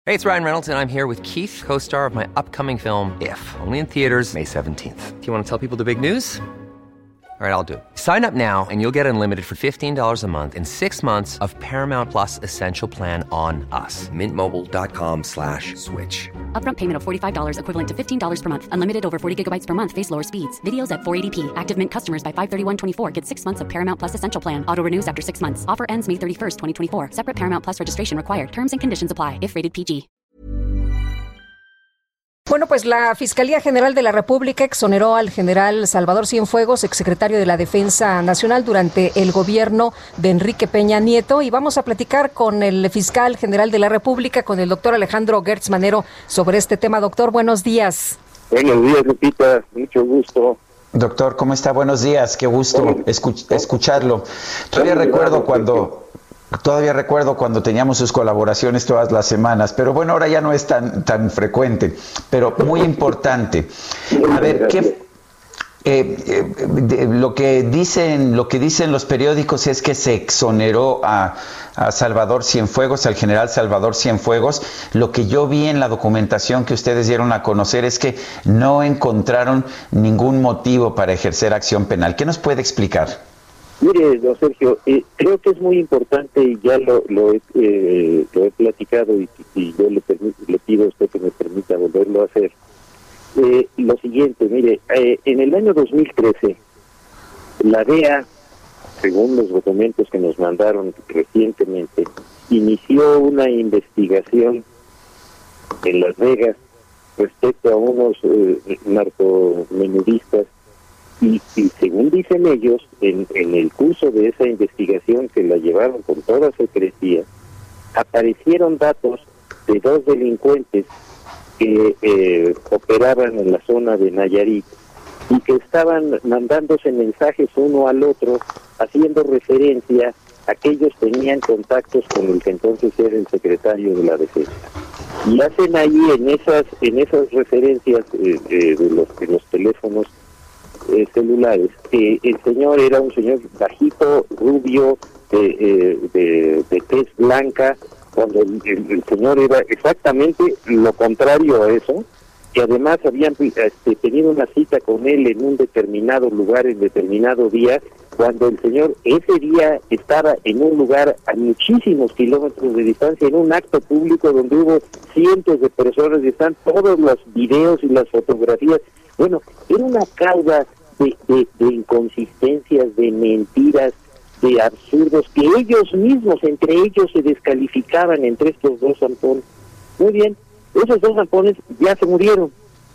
Hey, it's Ryan Reynolds, and I'm here with Keith, co-star of my upcoming film, If, only in theaters May 17th. Do you want to tell people the big news? All right, I'll do it. Sign up now and you'll get unlimited for $15 a month and 6 months of Paramount Plus Essential Plan on us. MintMobile.com/switch. Upfront payment of $45 equivalent to $15 per month. Unlimited over 40 gigabytes per month. Face lower speeds. Videos at 480p. Active Mint customers by 531.24 get 6 months of Paramount Plus Essential Plan. Auto renews after 6 months. Offer ends May 31st, 2024. Separate Paramount Plus registration required. Terms and conditions apply if rated PG. Bueno, pues la Fiscalía General de la República exoneró al general Salvador Cienfuegos, exsecretario de la Defensa Nacional, durante el gobierno de Enrique Peña Nieto. Y vamos a platicar con el fiscal general de la República, con el doctor Alejandro Gertz Manero, sobre este tema. Doctor, buenos días. Buenos días, Lupita. Mucho gusto. Doctor, ¿cómo está? Buenos días. Qué gusto escucharlo. Todavía recuerdo cuando teníamos sus colaboraciones todas las semanas, pero bueno, ahora ya no es tan frecuente, pero muy importante. A ver, lo que dicen los periódicos es que se exoneró a Salvador Cienfuegos, al general Salvador Cienfuegos. Lo que yo vi en la documentación que ustedes dieron a conocer es que no encontraron ningún motivo para ejercer acción penal. ¿Qué nos puede explicar? Mire, don Sergio, creo que es muy importante, y ya lo he platicado, y yo le pido a usted que me permita volverlo a hacer. Lo siguiente, mire, en el año 2013, la DEA, según los documentos que nos mandaron recientemente, inició una investigación en Las Vegas respecto a unos narcomenudistas. Y según dicen ellos, en el curso de esa investigación, que la llevaron con toda secrecía, aparecieron datos de dos delincuentes que operaban en la zona de Nayarit y que estaban mandándose mensajes uno al otro, haciendo referencia a que ellos tenían contactos con el que entonces era el secretario de la Defensa. Y hacen ahí en esas referencias de los teléfonos celulares, que el señor era un señor bajito, rubio, de tez blanca, cuando el señor era exactamente lo contrario a eso, que además habían tenido una cita con él en un determinado lugar, en determinado día, cuando el señor ese día estaba en un lugar a muchísimos kilómetros de distancia, en un acto público donde hubo cientos de personas, y están todos los videos y las fotografías. Bueno, era una causa de inconsistencias, de mentiras, de absurdos, que ellos mismos, entre ellos, se descalificaban entre estos dos zampones. Muy bien, esos dos zampones ya se murieron.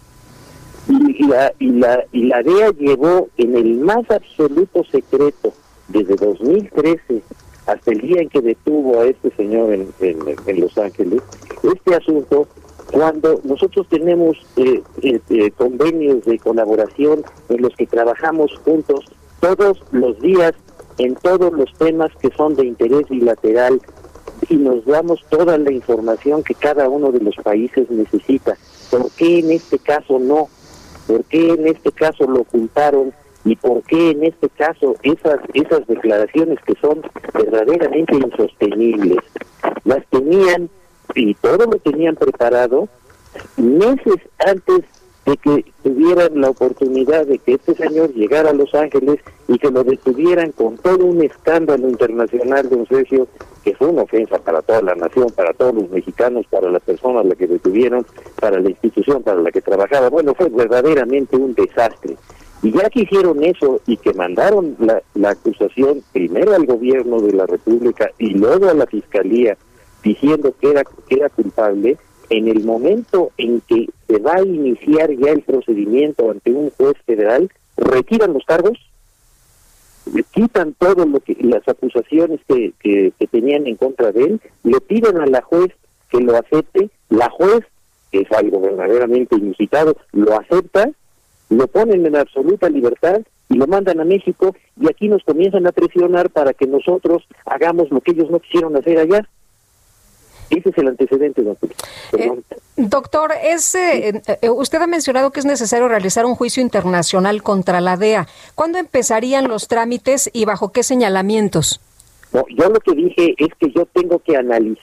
Y la DEA llevó en el más absoluto secreto, desde 2013 hasta el día en que detuvo a este señor en Los Ángeles, este asunto, cuando nosotros tenemos convenios de colaboración en los que trabajamos juntos todos los días en todos los temas que son de interés bilateral, y nos damos toda la información que cada uno de los países necesita. ¿Por qué en este caso no? ¿Por qué en este caso lo ocultaron? ¿Y por qué en este caso esas declaraciones que son verdaderamente insostenibles? Las tenían, y todo lo tenían preparado meses antes de que tuvieran la oportunidad de que este señor llegara a Los Ángeles y que lo detuvieran con todo un escándalo internacional, don Sergio, que fue una ofensa para toda la nación, para todos los mexicanos, para la persona a la que detuvieron, para la institución para la que trabajaba. Bueno, fue verdaderamente un desastre. Y ya que hicieron eso y que mandaron la acusación primero al gobierno de la República y luego a la Fiscalía, diciendo que era culpable, en el momento en que se va a iniciar ya el procedimiento ante un juez federal, retiran los cargos, le quitan todo las acusaciones que tenían en contra de él, le piden a la juez que lo acepte, la juez, que es algo verdaderamente inusitado, lo acepta, lo ponen en absoluta libertad y lo mandan a México, y aquí nos comienzan a presionar para que nosotros hagamos lo que ellos no quisieron hacer allá. Ese es el antecedente, doctor. Doctor, usted ha mencionado que es necesario realizar un juicio internacional contra la DEA. ¿Cuándo empezarían los trámites y bajo qué señalamientos? No, yo lo que dije es que yo tengo que analizar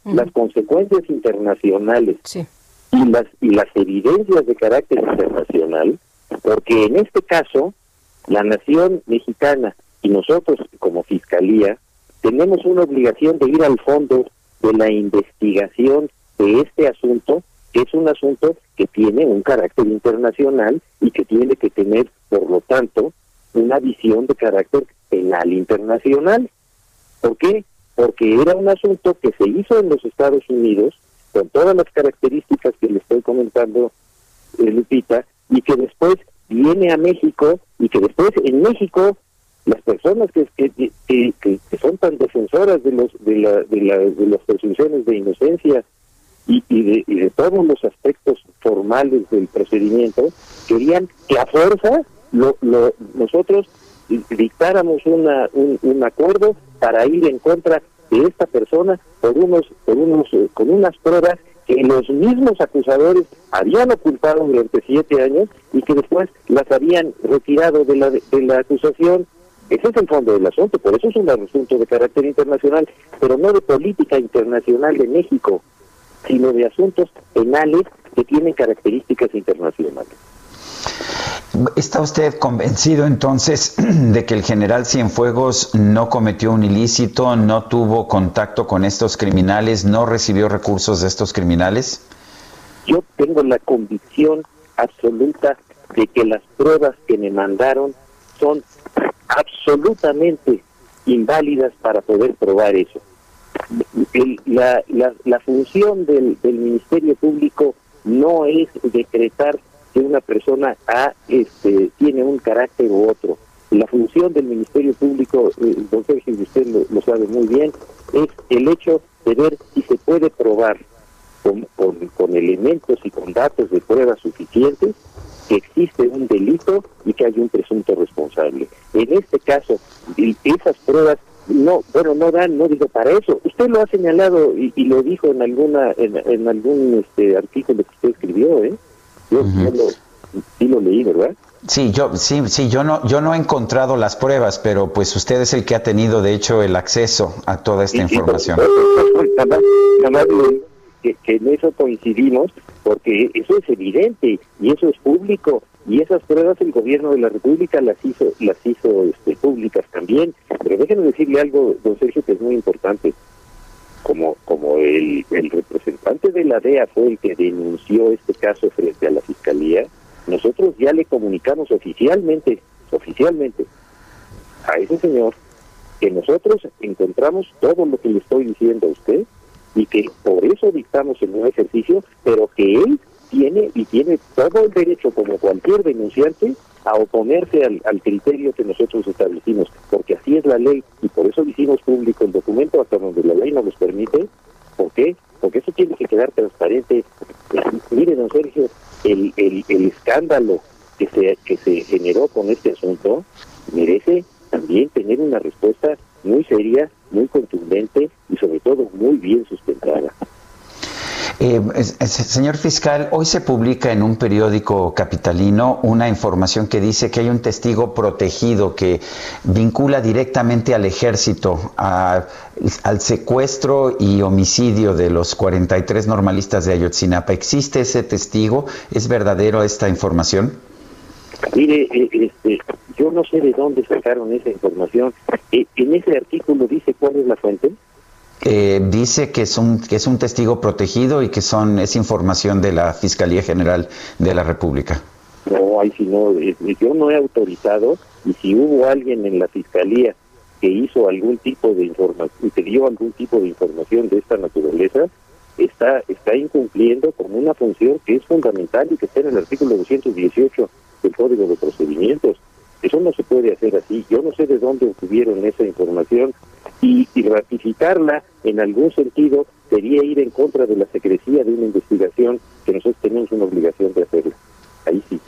las consecuencias internacionales y las evidencias de carácter internacional, porque en este caso la nación mexicana y nosotros como Fiscalía tenemos una obligación de ir al fondo de la investigación de este asunto, que es un asunto que tiene un carácter internacional y que tiene que tener, por lo tanto, una visión de carácter penal internacional. ¿Por qué? Porque era un asunto que se hizo en los Estados Unidos, con todas las características que le estoy comentando, Lupita, y que después viene a México, y que después en México las personas que son tan defensoras de las presunciones de inocencia y de todos los aspectos formales del procedimiento, querían que a fuerza nosotros dictáramos un acuerdo para ir en contra de esta persona con unas pruebas que los mismos acusadores habían ocultado durante 7 años y que después las habían retirado de la acusación. Ese es el fondo del asunto, por eso es un asunto de carácter internacional, pero no de política internacional de México, sino de asuntos penales que tienen características internacionales. ¿Está usted convencido entonces de que el general Cienfuegos no cometió un ilícito, no tuvo contacto con estos criminales, no recibió recursos de estos criminales? Yo tengo la convicción absoluta de que las pruebas que me mandaron son absolutamente inválidas para poder probar eso. La función del Ministerio Público no es decretar que una persona tiene un carácter u otro. La función del Ministerio Público, don Sergio, y usted lo sabe muy bien, es el hecho de ver si se puede probar con elementos y con datos de pruebas suficientes que existe un delito y que hay un presunto responsable. En este caso, esas pruebas no dan, no digo para eso. Usted lo ha señalado y lo dijo en algún artículo que usted escribió, Yo lo leí, ¿verdad? Sí, yo no he encontrado las pruebas, pero pues usted es el que ha tenido, de hecho, el acceso a toda esta información. Jamás que en eso coincidimos, porque eso es evidente y eso es público, y esas pruebas el gobierno de la República las hizo públicas también. Pero déjenme decirle algo, don Sergio, que es muy importante. Como el representante de la DEA fue el que denunció este caso frente a la Fiscalía, nosotros ya le comunicamos oficialmente a ese señor que nosotros encontramos todo lo que le estoy diciendo a usted y que por eso dictamos el nuevo ejercicio, pero que él tiene todo el derecho, como cualquier denunciante, a oponerse al criterio que nosotros establecimos, porque así es la ley, y por eso hicimos público el documento hasta donde la ley nos los permite. ¿Por qué? Porque eso tiene que quedar transparente. Mire, don Sergio, el escándalo que se generó con este asunto merece también tener una respuesta muy seria, muy contundente y sobre todo muy bien sustentada. Señor fiscal, hoy se publica en un periódico capitalino una información que dice que hay un testigo protegido que vincula directamente al ejército, al secuestro y homicidio de los 43 normalistas de Ayotzinapa. ¿Existe ese testigo? ¿Es verdadero esta información? Mire, yo no sé de dónde sacaron esa información. En ese artículo dice cuál es la fuente. Dice que es un testigo protegido y que es información de la Fiscalía General de la República. No, ahí sí no, yo no he autorizado, y si hubo alguien en la Fiscalía que hizo algún tipo de información, que dio algún tipo de información de esta naturaleza, está incumpliendo con una función que es fundamental y que está en el artículo 218 del Código de Procedimientos. Eso no se puede hacer así. Yo no sé de dónde obtuvieron esa información y ratificarla en algún sentido sería ir en contra de la secrecía de una investigación que nosotros tenemos una obligación de hacerla. Ahí sí.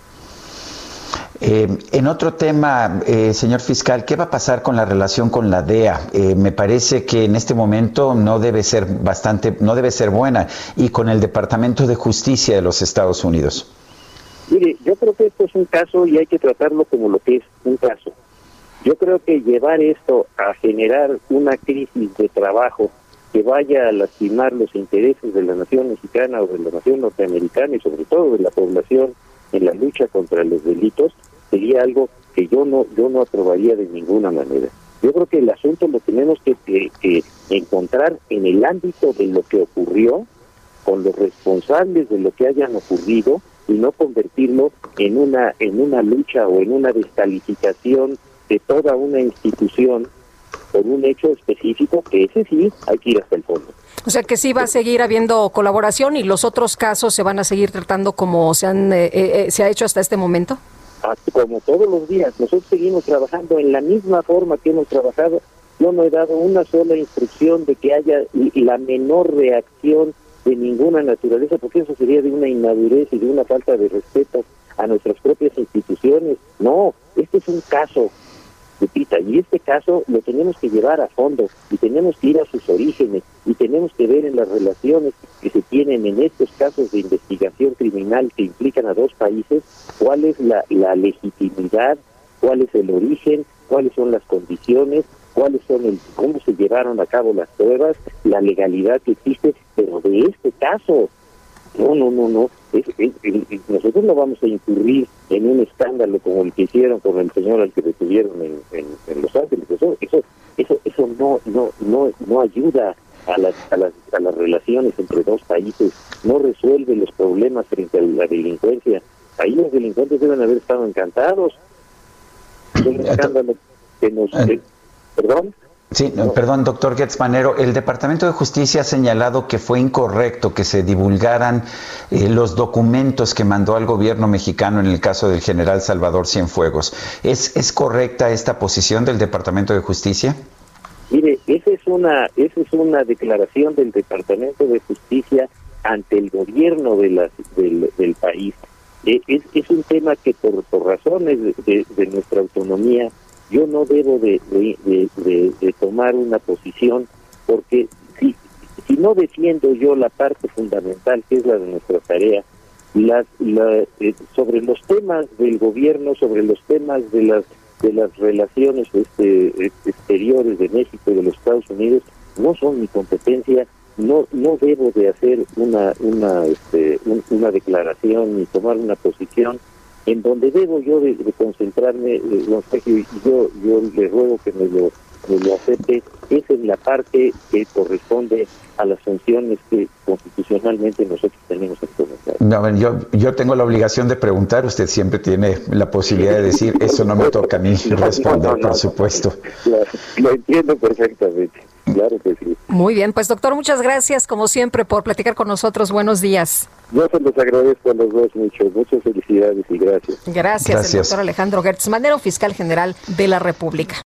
En otro tema, señor fiscal, ¿qué va a pasar con la relación con la DEA? Me parece que en este momento no debe ser buena, y con el Departamento de Justicia de los Estados Unidos. Mire, yo creo que esto es un caso y hay que tratarlo como lo que es un caso. Yo creo que llevar esto a generar una crisis de trabajo que vaya a lastimar los intereses de la nación mexicana o de la nación norteamericana y sobre todo de la población en la lucha contra los delitos, sería algo que yo no aprobaría de ninguna manera. Yo creo que el asunto lo tenemos que encontrar en el ámbito de lo que ocurrió, con los responsables de lo que hayan ocurrido, y no convertirlo en una lucha o en una descalificación de toda una institución por un hecho específico, que ese sí hay que ir hasta el fondo. O sea que sí va a seguir habiendo colaboración y los otros casos se van a seguir tratando como se ha hecho hasta este momento. Como todos los días, nosotros seguimos trabajando en la misma forma que hemos trabajado. Yo no he dado una sola instrucción de que haya la menor reacción de ninguna naturaleza, porque eso sería de una inmadurez y de una falta de respeto a nuestras propias instituciones. No, este es un caso, Lupita, y este caso lo tenemos que llevar a fondo y tenemos que ir a sus orígenes y tenemos que ver en las relaciones que se tienen en estos casos de investigación criminal que implican a dos países, cuál es la legitimidad, cuál es el origen, cuáles son las condiciones, cómo se llevaron a cabo las pruebas, la legalidad que existe, pero de este caso, no. Nosotros no vamos a incurrir en un escándalo como el que hicieron con el señor al que detuvieron en Los Ángeles. Eso no ayuda a las relaciones entre dos países, no resuelve los problemas frente a la delincuencia. Ahí los delincuentes deben haber estado encantados. Es un escándalo que nos... ¿Perdón? Sí, perdón, doctor Gertz Manero. El Departamento de Justicia ha señalado que fue incorrecto que se divulgaran los documentos que mandó al gobierno mexicano en el caso del general Salvador Cienfuegos. ¿Es correcta esta posición del Departamento de Justicia? Mire, esa es una declaración del Departamento de Justicia ante el gobierno del país. Es un tema que por razones de nuestra autonomía yo no debo de tomar una posición, porque si no defiendo yo la parte fundamental, que es la de nuestra tarea, sobre los temas del gobierno, sobre los temas de las relaciones exteriores de México y de los Estados Unidos, no son mi competencia. No debo de hacer una declaración ni tomar una posición. En donde debo yo de concentrarme, don Sergio, y yo le ruego que me lo acepte, es en la parte que corresponde a las funciones que constitucionalmente nosotros tenemos que comentar. No, yo tengo la obligación de preguntar, usted siempre tiene la posibilidad de decir, eso no me toca a mí responder, por supuesto. Lo entiendo perfectamente. Claro que sí. Muy bien, pues doctor, muchas gracias como siempre por platicar con nosotros. Buenos días. Yo se los agradezco a los dos mucho. Muchas felicidades y gracias. Gracias. El doctor Alejandro Gertz Manero, fiscal general de la República.